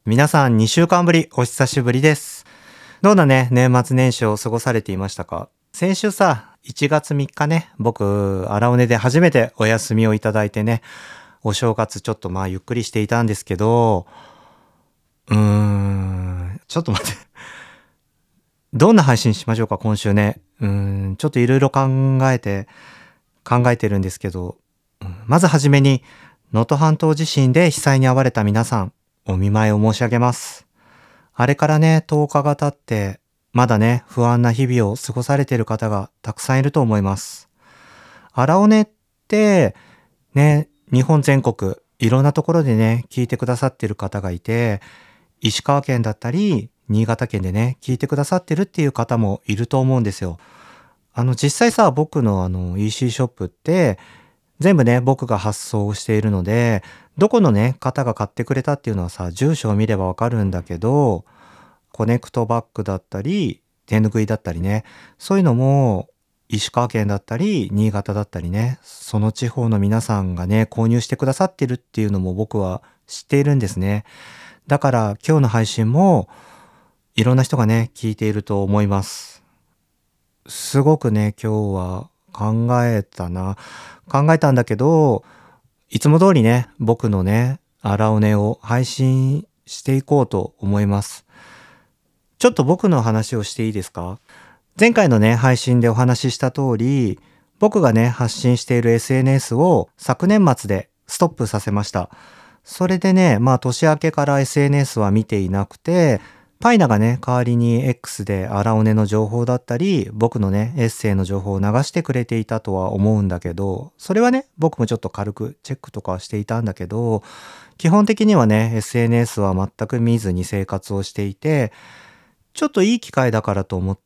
皆さん2週間ぶりお久しぶりです。どうだね、年末年始を過ごされていましたか？先週さ、1月3日ね、僕、荒尾根で初めてお休みをいただいてね、お正月ちょっとゆっくりしていたんですけど、ちょっと待って。どんな配信しましょうか、今週ね。ちょっといろいろ考えてるんですけど、まずはじめに、能登半島地震で被災に遭われた皆さん、お見舞いを申し上げます。あれからね、10日が経って、まだね、不安な日々を過ごされている方がたくさんいると思います。荒尾根って、ね、日本全国、いろんなところでね、聞いてくださっている方がいて、石川県だったり、新潟県でね、聞いてくださってるっていう方もいると思うんですよ。実際さ、僕のEC ショップって、全部ね、僕が発送しているので、どこのね、方が買ってくれたっていうのはさ、住所を見ればわかるんだけど、コネクトバッグだったり、手ぬぐいだったりね、そういうのも、石川県だったり、新潟だったりね、その地方の皆さんがね、購入してくださってるっていうのも僕は知っているんですね。だから今日の配信も、いろんな人がね、聞いていると思います。すごくね、今日は考えたんだけど、いつも通りね、僕のね、荒尾根を配信していこうと思います。ちょっと僕の話をしていいですか？前回のね、配信でお話しした通り、僕がね、発信している SNS を昨年末でストップさせました。それでね、年明けから SNS は見ていなくて、パイナがね、代わりに X で荒尾根の情報だったり、僕のね、エッセイの情報を流してくれていたとは思うんだけど、それはね、僕もちょっと軽くチェックとかはしていたんだけど、基本的にはね、SNS は全く見ずに生活をしていて、ちょっといい機会だからと思って、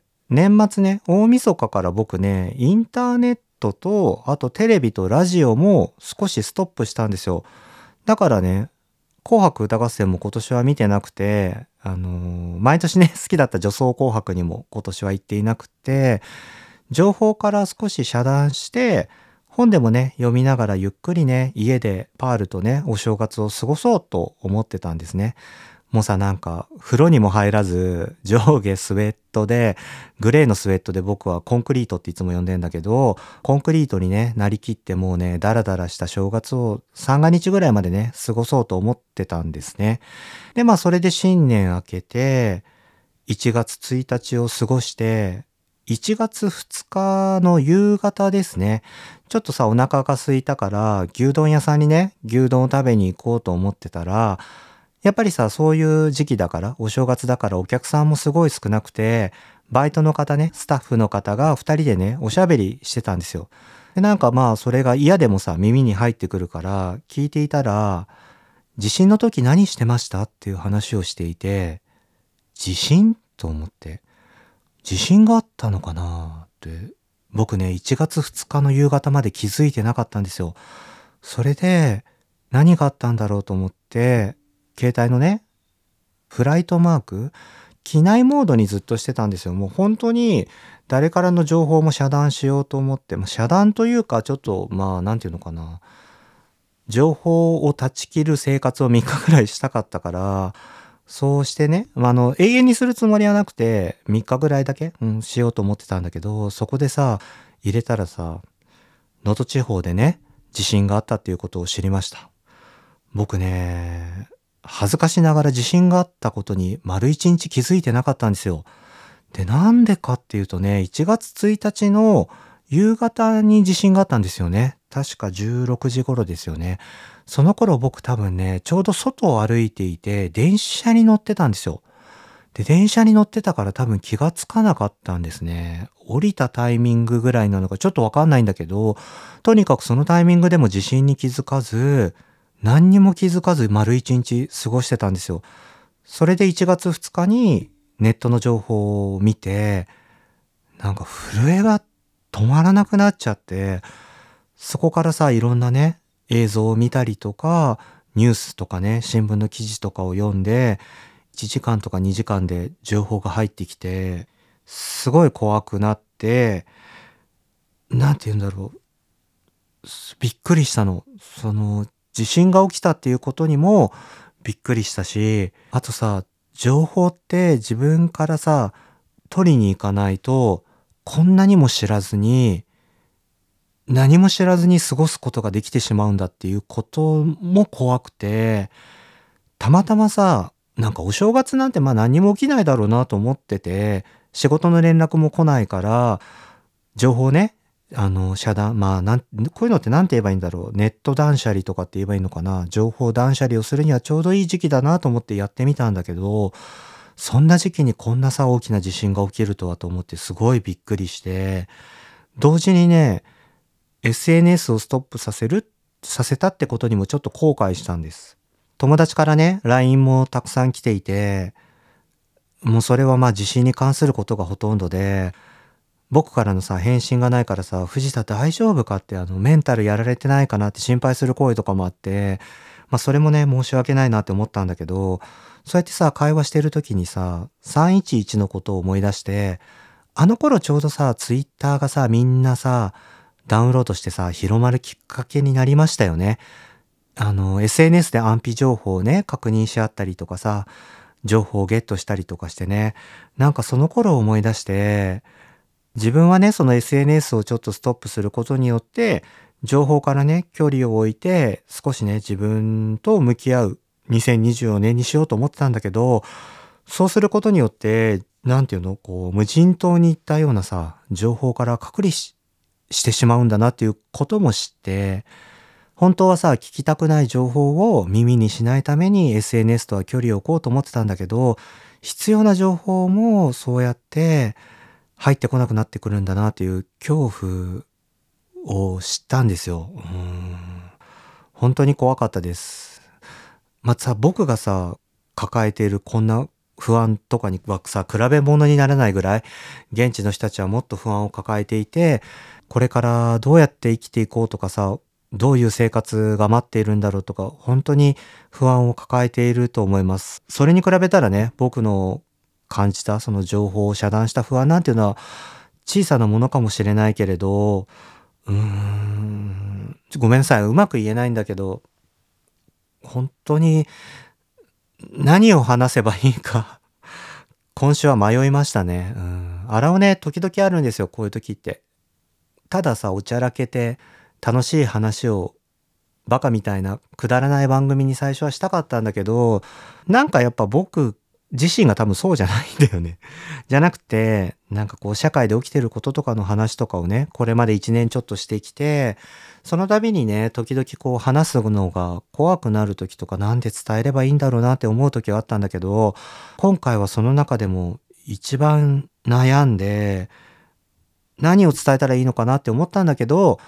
年末ね、大晦日から僕ね、インターネットと、あとテレビとラジオも少しストップしたんですよ。だからね、紅白歌合戦も今年は見てなくて、毎年ね、好きだった女装紅白にも今年は行っていなくて、情報から少し遮断して、本でもね、読みながらゆっくりね、家でパールとね、お正月を過ごそうと思ってたんですね。もうさ、なんか、風呂にも入らず、上下スウェットで、グレーのスウェットで僕はコンクリートっていつも呼んでんだけど、コンクリートにね、なりきってもうね、ダラダラした正月を三が日ぐらいまでね、過ごそうと思ってたんですね。で、それで新年明けて、1月1日を過ごして、1月2日の夕方ですね。ちょっとさ、お腹が空いたから、牛丼屋さんにね、牛丼を食べに行こうと思ってたら、やっぱりさ、そういう時期だから、お正月だからお客さんもすごい少なくて、バイトの方ね、スタッフの方が2人でね、おしゃべりしてたんですよ。で、なんかそれが嫌でもさ、耳に入ってくるから、聞いていたら、地震の時何してましたっていう話をしていて、地震と思って、地震があったのかなって、僕ね、1月2日の夕方まで気づいてなかったんですよ。それで、何があったんだろうと思って、携帯のね、フライトマーク、機内モードにずっとしてたんですよ。もう本当に誰からの情報も遮断しようと思って、遮断というかちょっとなんていうのかな。情報を断ち切る生活を3日ぐらいしたかったから、そうしてね、永遠にするつもりはなくて、3日ぐらいだけ、しようと思ってたんだけど、そこでさ、入れたらさ、能登地方でね、地震があったっていうことを知りました。僕ね、恥ずかしながら地震があったことに丸一日気づいてなかったんですよ。で、なんでかっていうとね、1月1日の夕方に地震があったんですよね。確か16時頃ですよね。その頃僕多分ね、ちょうど外を歩いていて、電車に乗ってたんですよ。で、電車に乗ってたから多分気がつかなかったんですね。降りたタイミングぐらいなのかちょっとわかんないんだけど、とにかくそのタイミングでも地震に気づかず、何にも気づかず丸一日過ごしてたんですよ。それで1月2日にネットの情報を見て、なんか震えが止まらなくなっちゃって、そこからさ、いろんなね、映像を見たりとか、ニュースとかね、新聞の記事とかを読んで、1時間とか2時間で情報が入ってきて、すごい怖くなって、なんて言うんだろう。びっくりしたの。地震が起きたっていうことにもびっくりしたし、あとさ、情報って自分からさ、取りに行かないと、こんなにも知らずに、何も知らずに過ごすことができてしまうんだっていうことも怖くて、たまたまさ、なんかお正月なんて何にも起きないだろうなと思ってて、仕事の連絡も来ないから、情報ね、遮断、こういうのって何て言えばいいんだろう。ネット断捨離とかって言えばいいのかな。情報断捨離をするにはちょうどいい時期だなと思ってやってみたんだけど、そんな時期にこんなさ、大きな地震が起きるとはと思ってすごいびっくりして、同時にね、SNS をストップさせたってことにもちょっと後悔したんです。友達からね、LINE もたくさん来ていて、もうそれは地震に関することがほとんどで、僕からのさ、返信がないからさ、藤田大丈夫かってメンタルやられてないかなって心配する声とかもあって、それもね、申し訳ないなって思ったんだけど、そうやってさ、会話してる時にさ、311のことを思い出して、あの頃ちょうどさ、ツイッターがさ、みんなさ、ダウンロードしてさ、広まるきっかけになりましたよね。SNS で安否情報をね、確認し合ったりとかさ、情報をゲットしたりとかしてね、なんかその頃を思い出して、自分はね、その SNS をちょっとストップすることによって、情報からね、距離を置いて、少しね、自分と向き合う2024年にしようと思ってたんだけど、そうすることによって、無人島に行ったようなさ、情報から隔離してしまうんだなっていうことも知って、本当はさ、聞きたくない情報を耳にしないために SNS とは距離を置こうと思ってたんだけど、必要な情報もそうやって入ってこなくなってくるんだなっていう恐怖を知ったんですよ。本当に怖かったです。僕がさ、抱えているこんな不安とかにはさ、比べ物にならないぐらい、現地の人たちはもっと不安を抱えていて、これからどうやって生きていこうとかさ、どういう生活が待っているんだろうとか、本当に不安を抱えていると思います。それに比べたらね、僕の感じたその情報を遮断した不安なんていうのは小さなものかもしれないけれど、ごめんなさい、うまく言えないんだけど、本当に何を話せばいいか今週は迷いましたね。あらをね、時々あるんですよ、こういう時って。たださ、おちゃらけて楽しい話をバカみたいなくだらない番組に最初はしたかったんだけど、なんかやっぱ僕自身が多分そうじゃないんだよね。じゃなくて、社会で起きてることとかの話とかをね、これまで1年ちょっとしてきて、その度にね、時々話すのが怖くなる時とか、なんで伝えればいいんだろうなって思う時はあったんだけど、今回はその中でも一番悩んで、何を伝えたらいいのかなって思ったんだけど、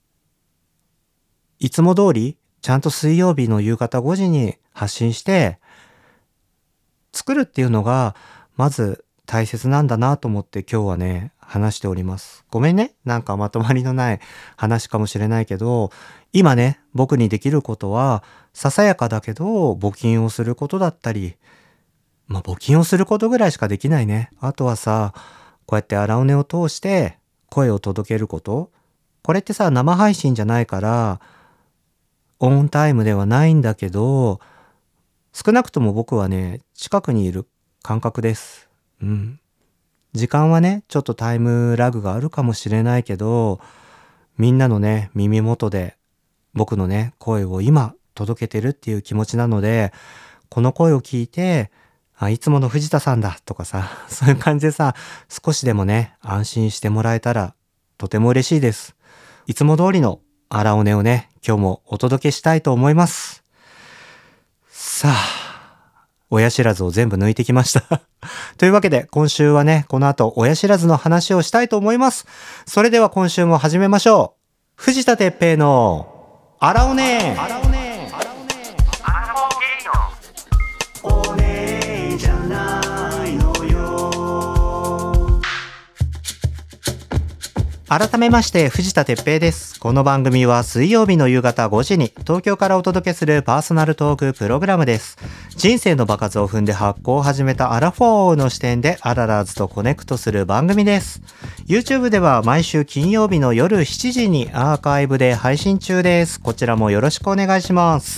いつも通り、ちゃんと水曜日の夕方5時に発信して、作るっていうのが、まず大切なんだなと思って今日はね、話しております。ごめんね。まとまりのない話かもしれないけど、今ね、僕にできることは、ささやかだけど、募金をすることだったり、募金をすることぐらいしかできないね。あとはさ、こうやって荒尾根を通して声を届けること。これってさ、生配信じゃないから、オンタイムではないんだけど、少なくとも僕はね、近くにいる感覚です。時間はね、ちょっとタイムラグがあるかもしれないけど、みんなのね、耳元で僕のね、声を今届けてるっていう気持ちなので、この声を聞いて、いつもの藤田さんだとかさ、そういう感じでさ、少しでもね、安心してもらえたらとても嬉しいです。いつも通りの荒尾根をね、今日もお届けしたいと思います。さあ、親知らずを全部抜いてきました。というわけで、今週はね、この後親知らずの話をしたいと思います。それでは今週も始めましょう。藤田哲平の荒尾根。お姉じゃないのよ。改めまして藤田哲平です。この番組は水曜日の夕方5時に東京からお届けするパーソナルトークプログラムです。人生の場数を踏んで発行を始めたアラフォーの視点でアララーズとコネクトする番組です。YouTube では毎週金曜日の夜7時にアーカイブで配信中です。こちらもよろしくお願いします。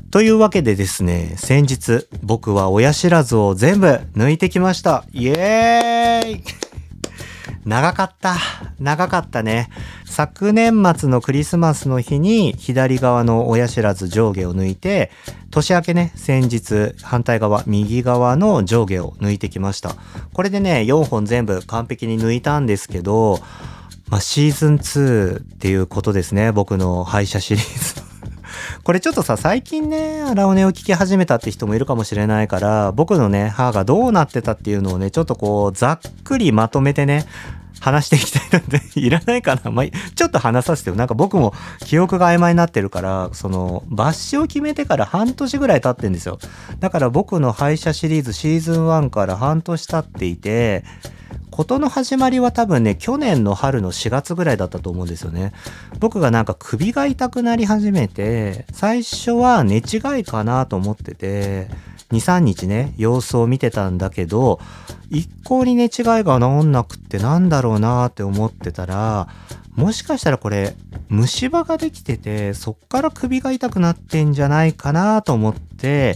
というわけでですね、先日僕は親知らずを全部抜いてきました。イエーイ長かったね。昨年末のクリスマスの日に左側の親知らず上下を抜いて、年明けね、先日反対側、右側の上下を抜いてきました。これでね、4本全部完璧に抜いたんですけど、シーズン2っていうことですね、僕の歯医者シリーズ。これちょっとさ、最近ね、アラオネを聞き始めたって人もいるかもしれないから、僕のね、歯がどうなってたっていうのをね、ちょっとこう、ざっくりまとめてね、話していきたいので、いらないかな、ちょっと話させてよ。なんか僕も記憶が曖昧になってるから、抜歯を決めてから半年ぐらい経ってんですよ。だから僕の歯医者シリーズシーズン1から半年経っていて、事の始まりは多分ね、去年の春の4月ぐらいだったと思うんですよね。僕がなんか首が痛くなり始めて、最初は寝違いかなと思ってて、2、3日ね、様子を見てたんだけど、一向に寝違いが治んなくってなんだろうなって思ってたら、もしかしたらこれ、虫歯ができてて、そっから首が痛くなってんじゃないかなと思って、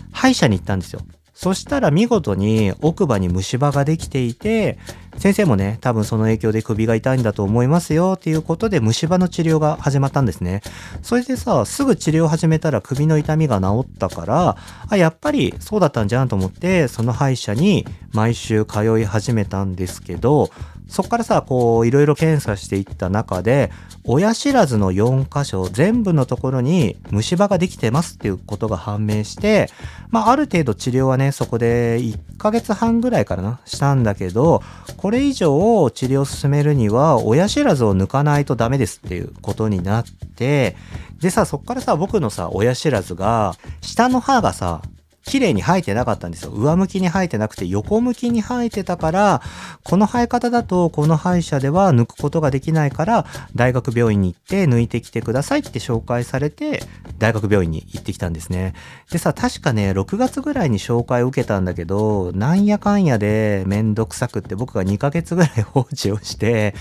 歯医者に行ったんですよ。そしたら見事に奥歯に虫歯ができていて、先生もね、多分その影響で首が痛いんだと思いますよっていうことで虫歯の治療が始まったんですね。それでさ、すぐ治療を始めたら首の痛みが治ったから、やっぱりそうだったんじゃんと思って、その歯医者に毎週通い始めたんですけど、そっからさ、こういろいろ検査していった中で、親知らずの4箇所全部のところに虫歯ができてますっていうことが判明して、ある程度治療はね、そこで1ヶ月半ぐらいからしたんだけど、これ以上治療を進めるには親知らずを抜かないとダメですっていうことになって、でさ、そっからさ、僕のさ、親知らずが、下の歯がさ、綺麗に生えてなかったんですよ。上向きに生えてなくて横向きに生えてたから、この生え方だとこの歯医者では抜くことができないから、大学病院に行って抜いてきてくださいって紹介されて、大学病院に行ってきたんですね。でさ、確かね、6月ぐらいに紹介を受けたんだけど、なんやかんやでめんどくさくって僕が2ヶ月ぐらい放置をして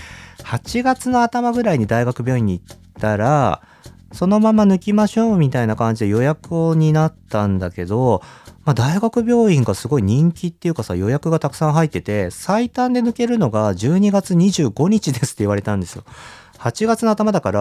、8月の頭ぐらいに大学病院に行ったら、そのまま抜きましょうみたいな感じで予約になったんだけど、大学病院がすごい人気っていうかさ、予約がたくさん入ってて、最短で抜けるのが12月25日ですって言われたんですよ。8月の頭だから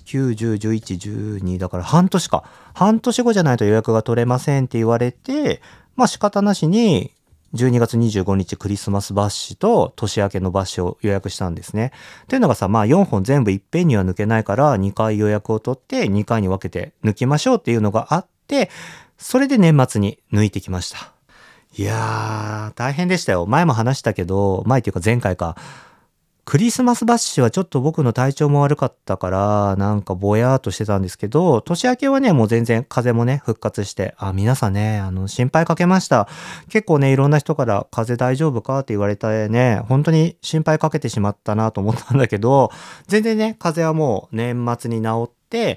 、8、9、10、11、12だから半年か。半年後じゃないと予約が取れませんって言われて、仕方なしに、12月25日クリスマスバッシュと年明けのバッシュを予約したんですね。っていうのがさ、4本全部いっぺんには抜けないから2回予約を取って2回に分けて抜きましょうっていうのがあって、それで年末に抜いてきました。いやー、大変でしたよ。前も話したけど、前っていうか前回か。クリスマスバッシュはちょっと僕の体調も悪かったから、なんかぼやーっとしてたんですけど、年明けはね、もう全然風邪もね、復活して、皆さんね、心配かけました。結構ね、いろんな人から風邪大丈夫かって言われてね、本当に心配かけてしまったなと思ったんだけど、全然ね、風邪はもう年末に治って、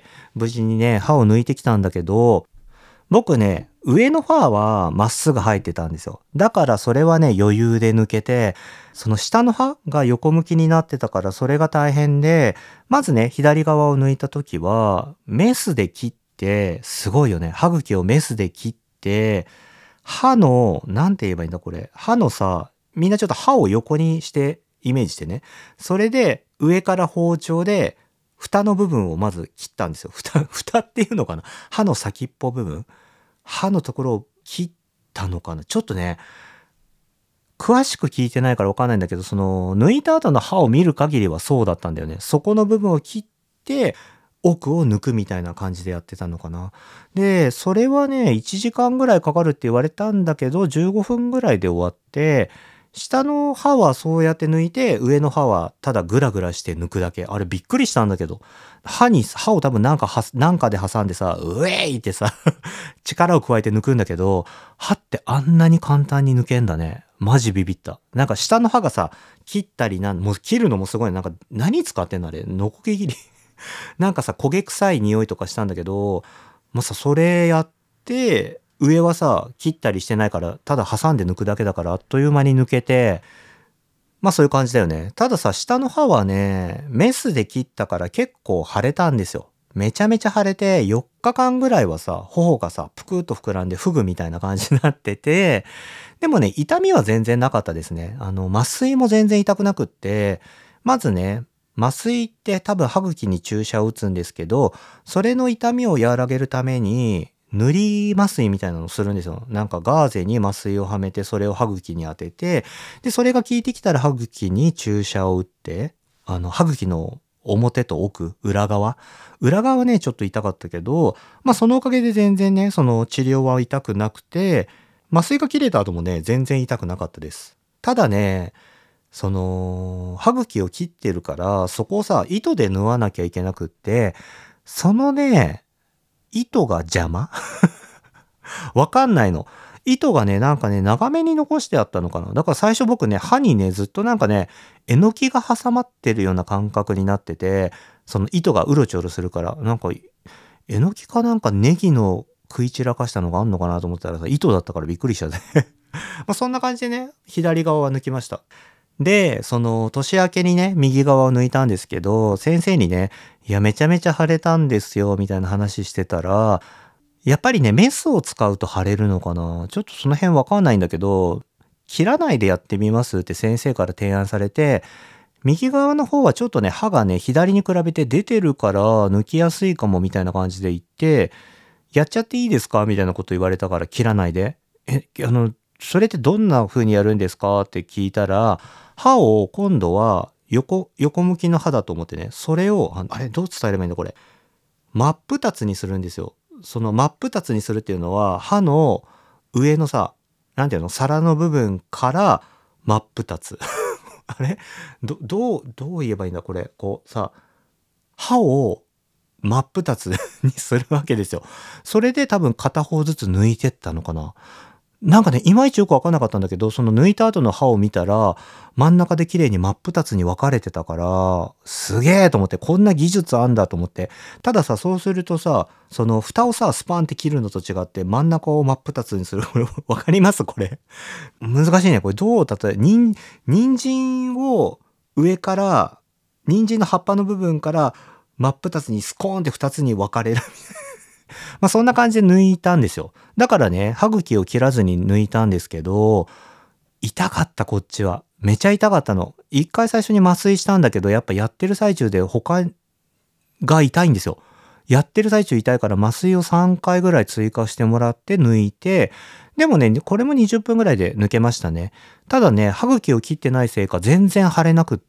無事にね、歯を抜いてきたんだけど、僕ね、上の歯はまっすぐ生えてたんですよ。だからそれはね、余裕で抜けて、その下の歯が横向きになってたからそれが大変で、まずね、左側を抜いた時は、メスで切って、すごいよね。歯茎をメスで切って、歯の、なんて言えばいいんだこれ。歯のさ、みんなちょっと歯を横にしてイメージしてね。それで上から包丁で、蓋の部分をまず切ったんですよ。蓋っていうのかな。歯の先っぽ部分。歯のところを切ったのかな。ちょっとね、詳しく聞いてないからわかんないんだけど、抜いた後の歯を見る限りはそうだったんだよね。そこの部分を切って、奥を抜くみたいな感じでやってたのかな。で、それはね、1時間ぐらいかかるって言われたんだけど、15分ぐらいで終わって、下の歯はそうやって抜いて、上の歯はただグラグラして抜くだけ。あれびっくりしたんだけど、歯を多分なんかで挟んでさ、ウェイってさ、力を加えて抜くんだけど、歯ってあんなに簡単に抜けんだね。マジビビった。なんか下の歯がさ、切ったりもう切るのもすごい、なんか何使ってんのあれ、ノコギリなんかさ、焦げ臭い匂いとかしたんだけど、それやって、上はさ、切ったりしてないから、ただ挟んで抜くだけだから、あっという間に抜けて、そういう感じだよね。たださ、下の歯はね、メスで切ったから結構腫れたんですよ。 めちゃめちゃ腫れて4日間ぐらいはさ、頬がさ、ぷくっと膨らんでフグみたいな感じになってて、でもね、痛みは全然なかったですね。麻酔も全然痛くなくって、まずね、麻酔って多分歯茎に注射を打つんですけど、それの痛みを和らげるために、塗り麻酔みたいなのをするんですよ。なんかガーゼに麻酔をはめて、それを歯茎に当てて、で、それが効いてきたら歯茎に注射を打って、歯茎の表と奥、裏側はね、ちょっと痛かったけど、まあそのおかげで全然ね、その治療は痛くなくて、麻酔が切れた後もね、全然痛くなかったです。ただね、歯茎を切ってるから、そこをさ、糸で縫わなきゃいけなくって、そのね、糸が邪魔わかんないの。糸がね、なんかね、長めに残してあったのかな。だから最初僕ね、歯にね、ずっとなんかね、えのきが挟まってるような感覚になってて、その糸がうろちょろするから、なんか、えのきかなんかネギの食い散らかしたのがあんのかなと思ったらさ、糸だったからびっくりしちゃって。まあそんな感じでね、左側は抜きました。で、年明けにね、右側を抜いたんですけど、先生にね、いや、めちゃめちゃ腫れたんですよ、みたいな話してたら、やっぱりね、メスを使うと腫れるのかな、ちょっとその辺わかんないんだけど、切らないでやってみますって先生から提案されて、右側の方はちょっとね、歯がね、左に比べて出てるから抜きやすいかもみたいな感じで言って、やっちゃっていいですかみたいなこと言われたから切らないで。それってどんな風にやるんですかって聞いたら、歯を今度は横向きの歯だと思ってね、それを、あれどう伝えればいいんだこれ。真っ二つにするんですよ。その真っ二つにするっていうのは、歯の上のさ、なんていうの、皿の部分から真っ二つ。あれどう言えばいいんだこれ。こうさ、歯を真っ二つにするわけですよ。それで多分片方ずつ抜いてったのかな。なんかね、いまいちよくわかんなかったんだけど、その抜いた後の歯を見たら、真ん中で綺麗に真っ二つに分かれてたから、すげえと思って、こんな技術あんだと思って。たださ、そうするとさ、その蓋をさ、スパンって切るのと違って、真ん中を真っ二つにする。これ、わかりますこれ。難しいね。これどう例え、人参を上から、人参の葉っぱの部分から真っ二つにスコーンって二つに分かれる。まあそんな感じで抜いたんですよ。だからね、歯茎を切らずに抜いたんですけど、痛かったこっちは。めちゃ痛かったの。一回最初に麻酔したんだけど、やっぱやってる最中で他が痛いんですよ。やってる最中痛いから麻酔を3回ぐらい追加してもらって抜いて、でもね、これも20分ぐらいで抜けましたね。ただね、歯茎を切ってないせいか全然腫れなくって、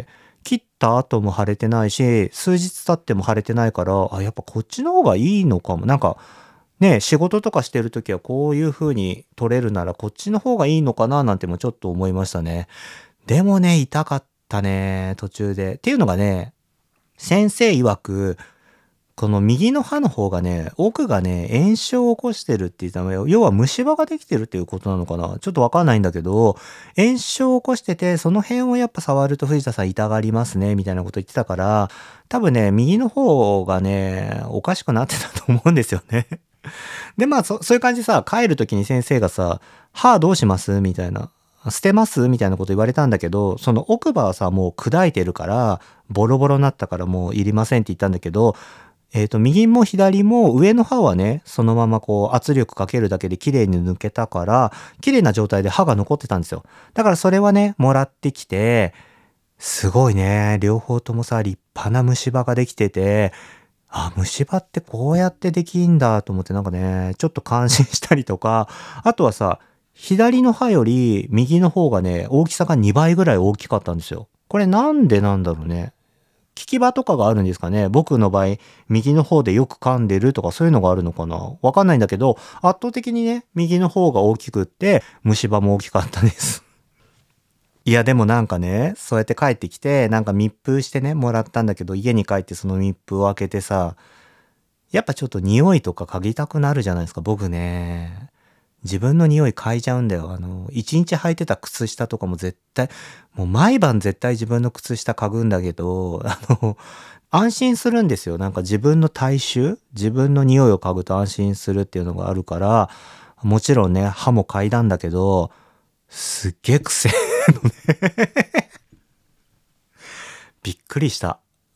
切った後も腫れてないし、数日経っても腫れてないから、あ、やっぱこっちの方がいいのかも。なんか、ね、仕事とかしてる時はこういう風に取れるならこっちの方がいいのかななんてもちょっと思いましたね。でもね、痛かったね、途中で。っていうのがね、先生曰く、この右の歯の方がね、奥がね、炎症を起こしてるって言ったのよ。要は虫歯ができてるっていうことなのかなちょっとわかんないんだけど、炎症を起こしてて、その辺をやっぱ触ると藤田さん痛がりますね、みたいなこと言ってたから、多分ね、右の方がね、おかしくなってたと思うんですよね。で、まあ、そういう感じでさ、帰る時に先生がさ、歯どうしますみたいな。捨てますみたいなこと言われたんだけど、その奥歯はさ、もう砕いてるから、ボロボロになったからもういりませんって言ったんだけど、右も左も上の歯はね、そのままこう圧力かけるだけで綺麗に抜けたから、綺麗な状態で歯が残ってたんですよ。だからそれはね、もらってきて、すごいね、両方ともさ、立派な虫歯ができてて、あ、虫歯ってこうやってできんだと思ってなんかね、ちょっと感心したりとか、あとはさ、左の歯より右の方がね、大きさが2倍ぐらい大きかったんですよ。これなんでなんだろうね。効き歯とかがあるんですかね。僕の場合、右の方でよく噛んでるとかそういうのがあるのかな。わかんないんだけど、圧倒的にね、右の方が大きくって、虫歯も大きかったです。いや、でもなんかね、そうやって帰ってきて、なんか密封してね、もらったんだけど、家に帰ってその密封を開けてさ、やっぱちょっと匂いとか嗅ぎたくなるじゃないですか、僕ね。自分の匂い嗅いじゃうんだよ。一日履いてた靴下とかも絶対、もう毎晩絶対自分の靴下嗅ぐんだけど、安心するんですよ。なんか自分の体臭、自分の匂いを嗅ぐと安心するっていうのがあるから、もちろんね、歯も嗅いだんだけど、すっげえ癖のねびっくりした。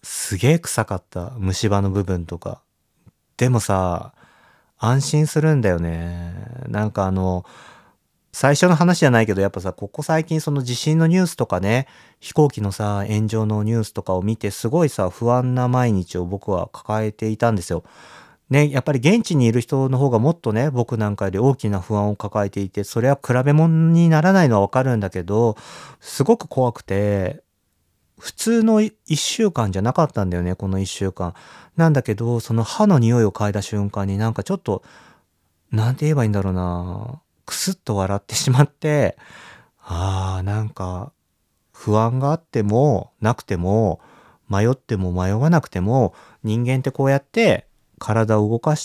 すげえ臭かった。虫歯の部分とか。でもさ、安心するんだよね。なんか最初の話じゃないけど、やっぱさ、ここ最近その地震のニュースとかね、飛行機のさ、炎上のニュースとかを見て、すごいさ、不安な毎日を僕は抱えていたんですよ。ね、やっぱり現地にいる人の方がもっとね、僕なんかより大きな不安を抱えていて、それは比べ物にならないのはわかるんだけど、すごく怖くて、普通の一週間じゃなかったんだよね、この一週間。なんだけど、その歯の匂いを嗅いだ瞬間になんかちょっと、なんて言えばいいんだろうな。くすっと笑ってしまって、なんか、不安があっても、なくても、迷っても迷わなくても、人間ってこうやって体を動かして、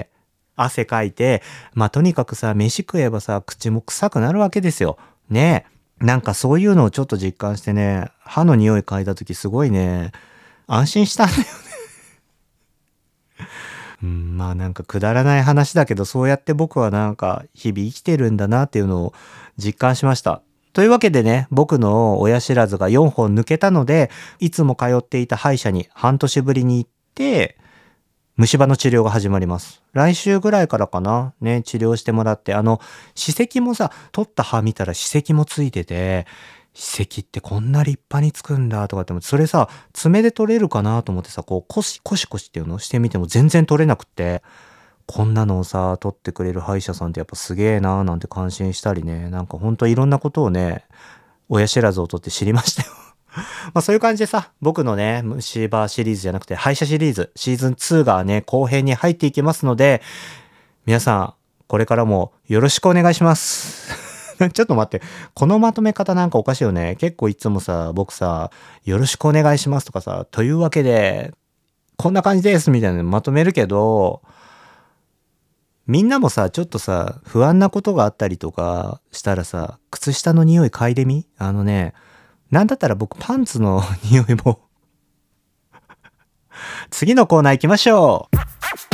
汗かいて、とにかくさ、飯食えばさ、口も臭くなるわけですよ。ねえ。なんかそういうのをちょっと実感してね、歯の匂い嗅いだ時すごいね、安心したんだよね。なんかくだらない話だけど、そうやって僕はなんか日々生きてるんだなっていうのを実感しました。というわけでね、僕の親知らずが4本抜けたので、いつも通っていた歯医者に半年ぶりに行って、虫歯の治療が始まります。来週ぐらいからかな、ね、治療してもらって、歯石もさ、取った歯見たら歯石もついてて、歯石ってこんな立派につくんだとかって思って、それさ、爪で取れるかなと思ってさ、こう、コシコシっていうのをしてみても全然取れなくって、こんなのをさ、取ってくれる歯医者さんってやっぱすげえなーなんて感心したりね、なんかほんといろんなことをね、親知らずを取って知りましたよ。そういう感じでさ、僕のね、虫歯シリーズじゃなくて歯医者シリーズ、シーズン2がね、後編に入っていきますので、皆さん、これからもよろしくお願いします。ちょっと待って、このまとめ方なんかおかしいよね。結構いつもさ、僕さ、よろしくお願いしますとかさ、というわけで、こんな感じですみたいなのまとめるけど、みんなもさ、ちょっとさ、不安なことがあったりとかしたらさ、靴下の匂い嗅いでみ？なんだったら僕パンツの匂いも次のコーナー行きましょう。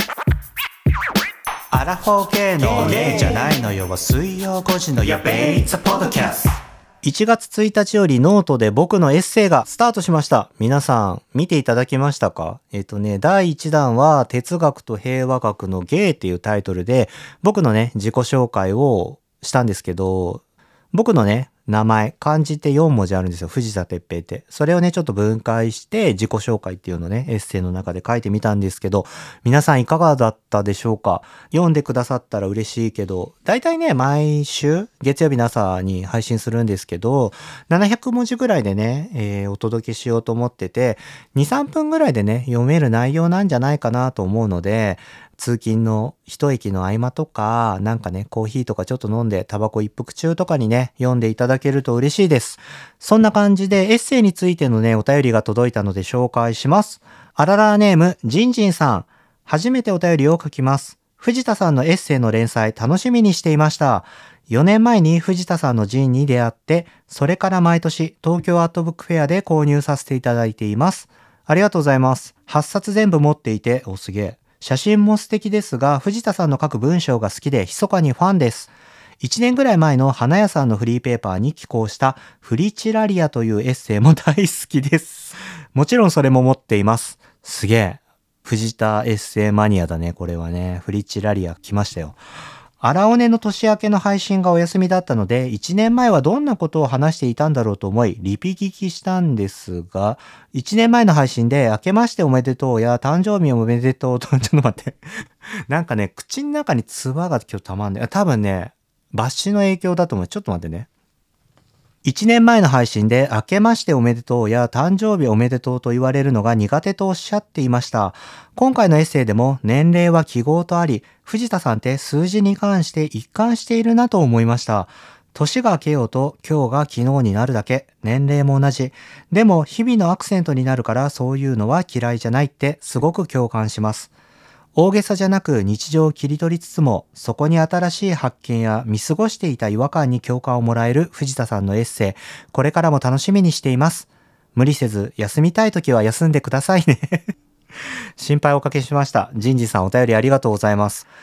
アラフォー系の例じゃないのよは水曜5時のやべえザポッドキャスト。1月1日よりノートで僕のエッセイがスタートしました。皆さん見ていただきましたか？第1弾は哲学と平和学の芸っていうタイトルで僕のね自己紹介をしたんですけど、僕のね名前、漢字って4文字あるんですよ。藤田哲平って。それをね、ちょっと分解して自己紹介っていうのをね、エッセイの中で書いてみたんですけど、皆さんいかがだったでしょうか？読んでくださったら嬉しいけど、だいたいね、毎週月曜日の朝に配信するんですけど、700文字ぐらいでね、お届けしようと思ってて、2、3分ぐらいでね、読める内容なんじゃないかなと思うので、通勤の一駅の合間とか、なんかね、コーヒーとかちょっと飲んでタバコ一服中とかにね、読んでいただけると嬉しいです。そんな感じでエッセイについてのね、お便りが届いたので紹介します。あららネーム、ジンジンさん。初めてお便りを書きます。藤田さんのエッセイの連載楽しみにしていました。4年前に藤田さんのジンに出会って、それから毎年東京アートブックフェアで購入させていただいています。ありがとうございます。8冊全部持っていて、すげえ。写真も素敵ですが、藤田さんの書く文章が好きで密かにファンです。1年ぐらい前の花屋さんのフリーペーパーに寄稿したフリチラリアというエッセイも大好きです。もちろんそれも持っています。すげえ。藤田エッセイマニアだね、これはね。フリチラリア来ましたよ。荒尾根の年明けの配信がお休みだったので、1年前はどんなことを話していたんだろうと思い、リピ聞きしたんですが、1年前の配信で、明けましておめでとうや、誕生日おめでとうと、ちょっと待って。なんかね、口の中に唾が今日たまんね。多分ね、抜歯の影響だと思う。ちょっと待ってね。1年前の配信で明けましておめでとうや誕生日おめでとうと言われるのが苦手とおっしゃっていました。今回のエッセイでも年齢は記号とあり、藤田さんって数字に関して一貫しているなと思いました。年が明けようと今日が昨日になるだけ、年齢も同じ。でも日々のアクセントになるからそういうのは嫌いじゃないってすごく共感します。大げさじゃなく日常を切り取りつつも、そこに新しい発見や見過ごしていた違和感に共感をもらえる藤田さんのエッセイ、これからも楽しみにしています。無理せず休みたいときは休んでくださいね。心配おかけしました。ジンジさんお便りありがとうございます。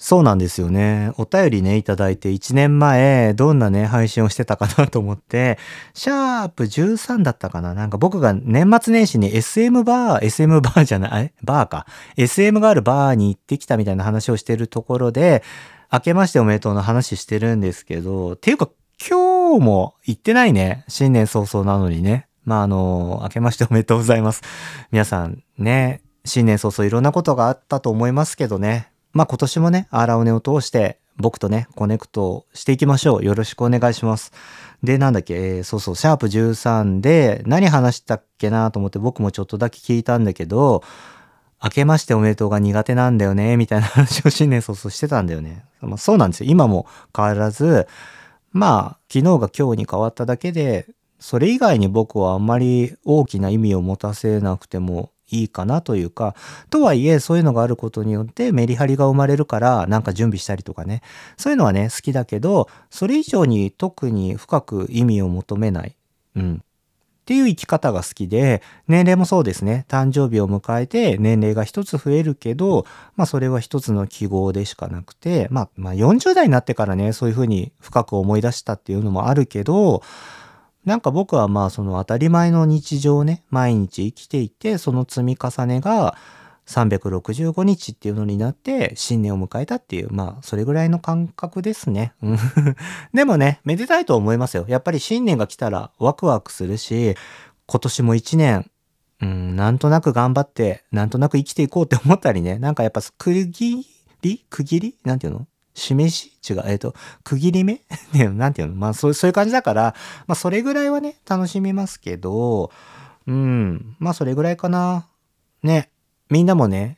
そうなんですよね。お便りね、いただいて1年前、どんなね、配信をしてたかなと思って、シャープ13だったかな。なんか僕が年末年始に SM バーじゃない、バーか。SM があるバーに行ってきたみたいな話をしてるところで、明けましておめでとうの話してるんですけど、っていうか今日も行ってないね。新年早々なのにね。明けましておめでとうございます。皆さんね、新年早々いろんなことがあったと思いますけどね。今年もね、アラオネを通して僕とね、コネクトしていきましょう。よろしくお願いします。で、なんだっけ、そうそう、シャープ13で何話したっけなと思って僕もちょっとだけ聞いたんだけど、明けましておめでとうが苦手なんだよね、みたいな話を新年早々してたんだよね。そうなんですよ。今も変わらず、昨日が今日に変わっただけで、それ以外に僕はあんまり大きな意味を持たせなくてもいいかなというか、とはいえそういうのがあることによってメリハリが生まれるからなんか準備したりとかね、そういうのはね好きだけど、それ以上に特に深く意味を求めない、っていう生き方が好きで、年齢もそうですね。誕生日を迎えて年齢が一つ増えるけど、それは一つの記号でしかなくて、40代になってからね、そういうふうに深く思い出したっていうのもあるけど、なんか僕はその当たり前の日常をね、毎日生きていて、その積み重ねが365日っていうのになって新年を迎えたっていう、それぐらいの感覚ですね。でもね、めでたいと思いますよ。やっぱり新年が来たらワクワクするし、今年も一年、なんとなく頑張って、なんとなく生きていこうって思ったりね、なんかやっぱ区切りなんていうの示し違う。区切り目ね、なんていうのそういう感じだから、それぐらいはね、楽しみますけど、それぐらいかな。ね。みんなもね、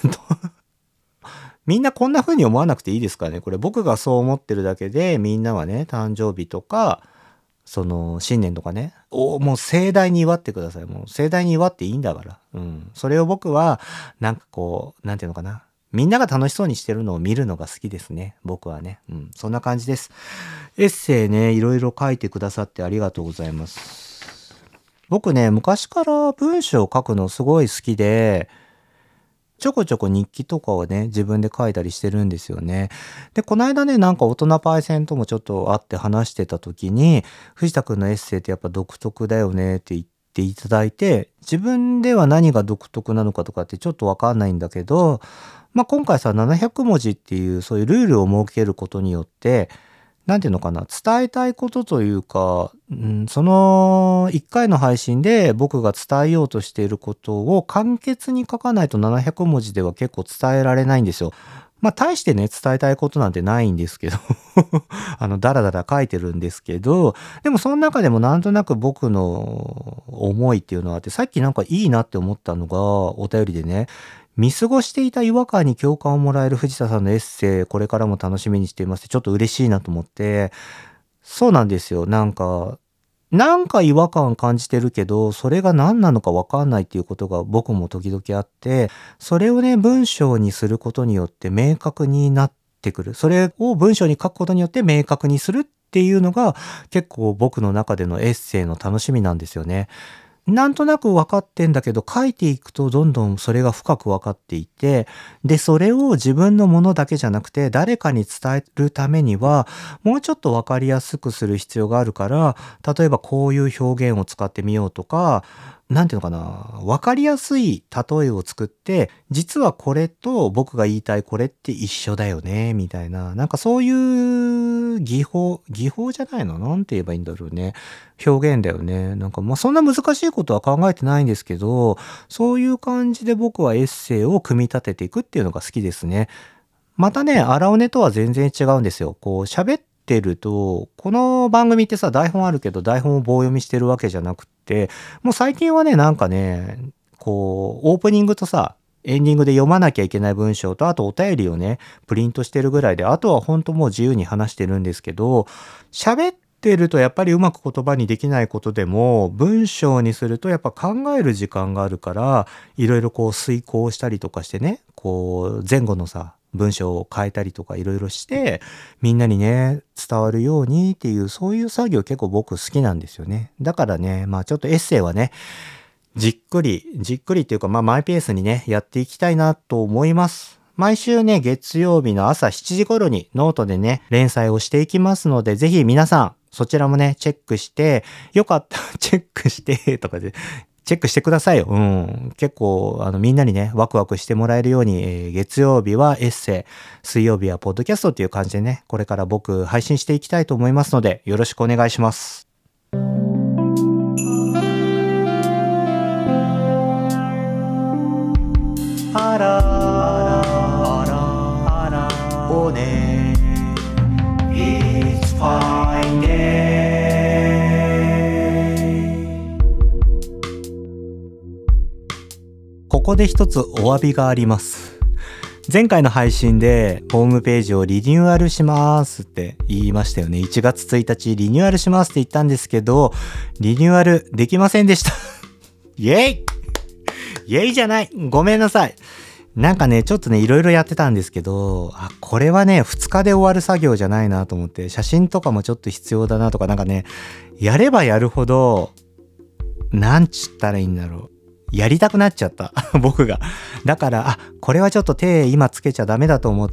みんなこんな風に思わなくていいですからね。これ僕がそう思ってるだけで、みんなはね、誕生日とか、その、新年とかね、もう盛大に祝ってください。もう盛大に祝っていいんだから。それを僕は、なんかこう、なんていうのかな。みんなが楽しそうにしてるのを見るのが好きですね。僕はね。そんな感じです。エッセイね、いろいろ書いてくださってありがとうございます。僕ね、昔から文章を書くのすごい好きで、ちょこちょこ日記とかをね、自分で書いたりしてるんですよね。で、この間ね、なんか大人パイセンともちょっと会って話してた時に、藤田くんのエッセイってやっぱ独特だよねって言っていただいて、自分では何が独特なのかとかってちょっとわかんないんだけど、今回さ、700文字っていうそういうルールを設けることによって、なんていうのかな、伝えたいことというか、その1回の配信で僕が伝えようとしていることを簡潔に書かないと700文字では結構伝えられないんですよ。大してね、伝えたいことなんてないんですけどだらだら書いてるんですけど、でもその中でもなんとなく僕の思いっていうのがあって、さっきなんかいいなって思ったのが、お便りでね、見過ごしていた違和感に共感をもらえる藤田さんのエッセイ、これからも楽しみにしていますってちょっと嬉しいなと思って、そうなんですよ。なんか違和感感じてるけど、それが何なのかわかんないっていうことが僕も時々あって、それをね、文章にすることによって明確になってくる。それを文章に書くことによって明確にするっていうのが結構僕の中でのエッセイの楽しみなんですよね。なんとなく分かってんだけど、書いていくとどんどんそれが深く分かっていて、で、それを自分のものだけじゃなくて、誰かに伝えるためには、もうちょっと分かりやすくする必要があるから、例えばこういう表現を使ってみようとか、なんていうのかな、分かりやすい例えを作って、実はこれと僕が言いたいこれって一緒だよね、みたいな、なんかそういう技法じゃないのなんて言えばいいんだろうね。表現だよね。なんかそんな難しいことは考えてないんですけど、そういう感じで僕はエッセイを組み立てていくっていうのが好きですね。またね、荒尾根とは全然違うんですよ。こう喋ってると、この番組ってさ、台本あるけど台本を棒読みしてるわけじゃなくって、もう最近はね、なんかね、こう、オープニングとさ、エンディングで読まなきゃいけない文章と、あとお便りをね、プリントしてるぐらいで、あとは本当もう自由に話してるんですけど、喋ってるとやっぱりうまく言葉にできないことでも、文章にするとやっぱ考える時間があるから、いろいろこう遂行したりとかしてね、こう前後のさ、文章を変えたりとかいろいろして、みんなにね、伝わるようにっていう、そういう作業結構僕好きなんですよね。だからね、ちょっとエッセイはね、じっくりっていうか、マイペースにね、やっていきたいなと思います。 毎週ね、月曜日の朝7時頃にノートでね、連載をしていきますので、ぜひ皆さん、そちらもね、チェックして、よかったらチェックして、とかで、チェックしてくださいよ。結構、みんなにね、ワクワクしてもらえるように、月曜日はエッセイ、水曜日はポッドキャストっていう感じでね、これから僕配信していきたいと思いますので、よろしくお願いします。あらあらあらおね It's fine day。 ここで一つお詫びがあります。前回の配信でホームページをリニューアルしますって言いましたよね。1月1日リニューアルしますって言ったんですけど、リニューアルできませんでした。イェイイェイじゃない。ごめんなさい。なんかね、ちょっとね、いろいろやってたんですけど、これはね、2日で終わる作業じゃないなと思って、写真とかもちょっと必要だなとか、なんかね、やればやるほど、なんちったらいいんだろう。やりたくなっちゃった。僕が。だから、これはちょっと手今つけちゃダメだと思って、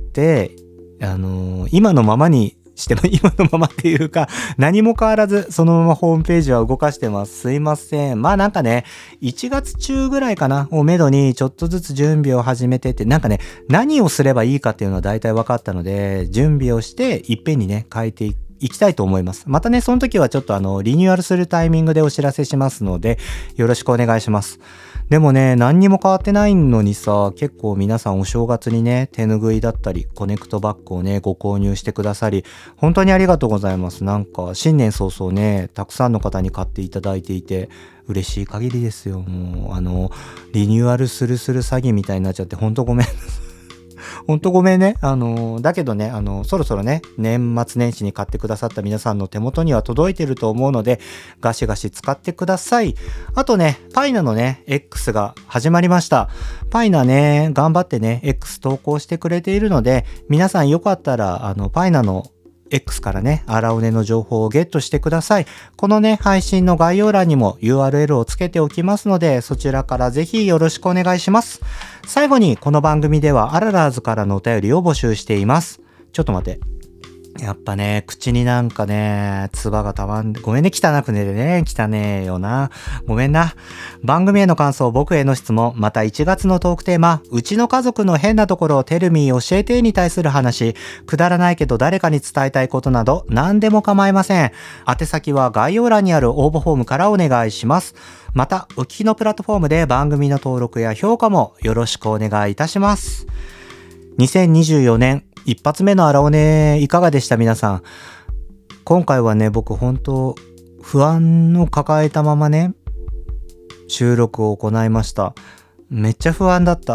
今のままにしても、今のままっていうか、何も変わらず、そのままホームページは動かしてます。すいません。まあなんかね、1月中ぐらいかな、をめどにちょっとずつ準備を始めてって、なんかね、何をすればいいかっていうのは大体分かったので、準備をして、いっぺんにね、変えていきたいと思います。またね、その時はちょっとリニューアルするタイミングでお知らせしますので、よろしくお願いします。でもね、何にも変わってないのにさ、結構皆さんお正月にね、手拭いだったり、コネクトバッグをね、ご購入してくださり、本当にありがとうございます。なんか、新年早々ね、たくさんの方に買っていただいていて、嬉しい限りですよ。もう、リニューアルする詐欺みたいになっちゃって、本当ごめん。ほんとごめんね。だけどね、そろそろね、年末年始に買ってくださった皆さんの手元には届いてると思うので、ガシガシ使ってください。あとね、パイナのね、X が始まりました。パイナね、頑張ってね、X 投稿してくれているので、皆さんよかったら、パイナのX からね、アラオネの情報をゲットしてください。このね、配信の概要欄にも URL をつけておきますので、そちらからぜひよろしくお願いします。最後に、この番組ではアララーズからのお便りを募集しています。ちょっと待って。やっぱね、口になんかね、唾がたまんで、ごめんね、汚くねでね、汚ねえよな。ごめんな。番組への感想、僕への質問、また1月のトークテーマ、うちの家族の変なところをテルミー教えてに対する話、くだらないけど誰かに伝えたいことなど、何でも構いません。宛先は概要欄にある応募フォームからお願いします。また、お聞きのプラットフォームで番組の登録や評価もよろしくお願いいたします。2024年、一発目のアラオネいかがでした皆さん。今回はね、僕本当不安を抱えたままね、収録を行いました。めっちゃ不安だった。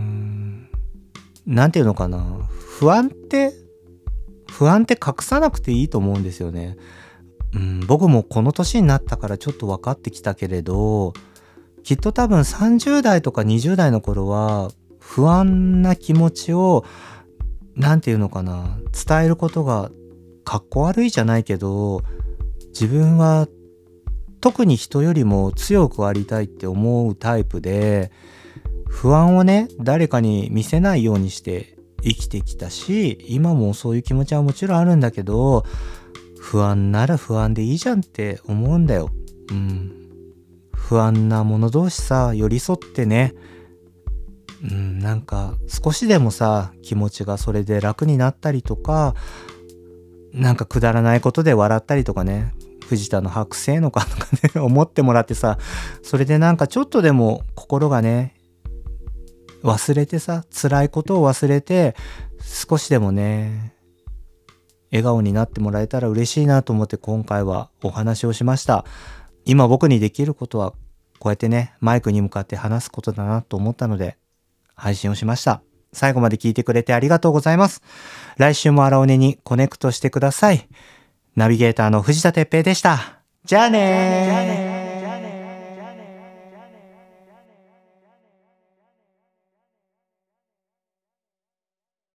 なんていうのかな。不安って隠さなくていいと思うんですよね。僕もこの年になったからちょっと分かってきたけれど、きっと多分30代とか20代の頃は不安な気持ちをなんていうのかな、伝えることがかっこ悪いじゃないけど、自分は特に人よりも強くありたいって思うタイプで、不安をね、誰かに見せないようにして生きてきたし、今もそういう気持ちはもちろんあるんだけど、不安なら不安でいいじゃんって思うんだよ。不安な者同士さ、寄り添ってね、なんか少しでもさ、気持ちがそれで楽になったりとか、なんかくだらないことで笑ったりとかね、藤田の剥製のかとかね思ってもらってさ、それでなんかちょっとでも心がね、忘れてさ、辛いことを忘れて少しでもね、笑顔になってもらえたら嬉しいなと思って今回はお話をしました。今僕にできることはこうやってね、マイクに向かって話すことだなと思ったので配信をしました。最後まで聞いてくれてありがとうございます。来週もアラオネにコネクトしてください。ナビゲーターの藤田哲平でした。じゃあねー。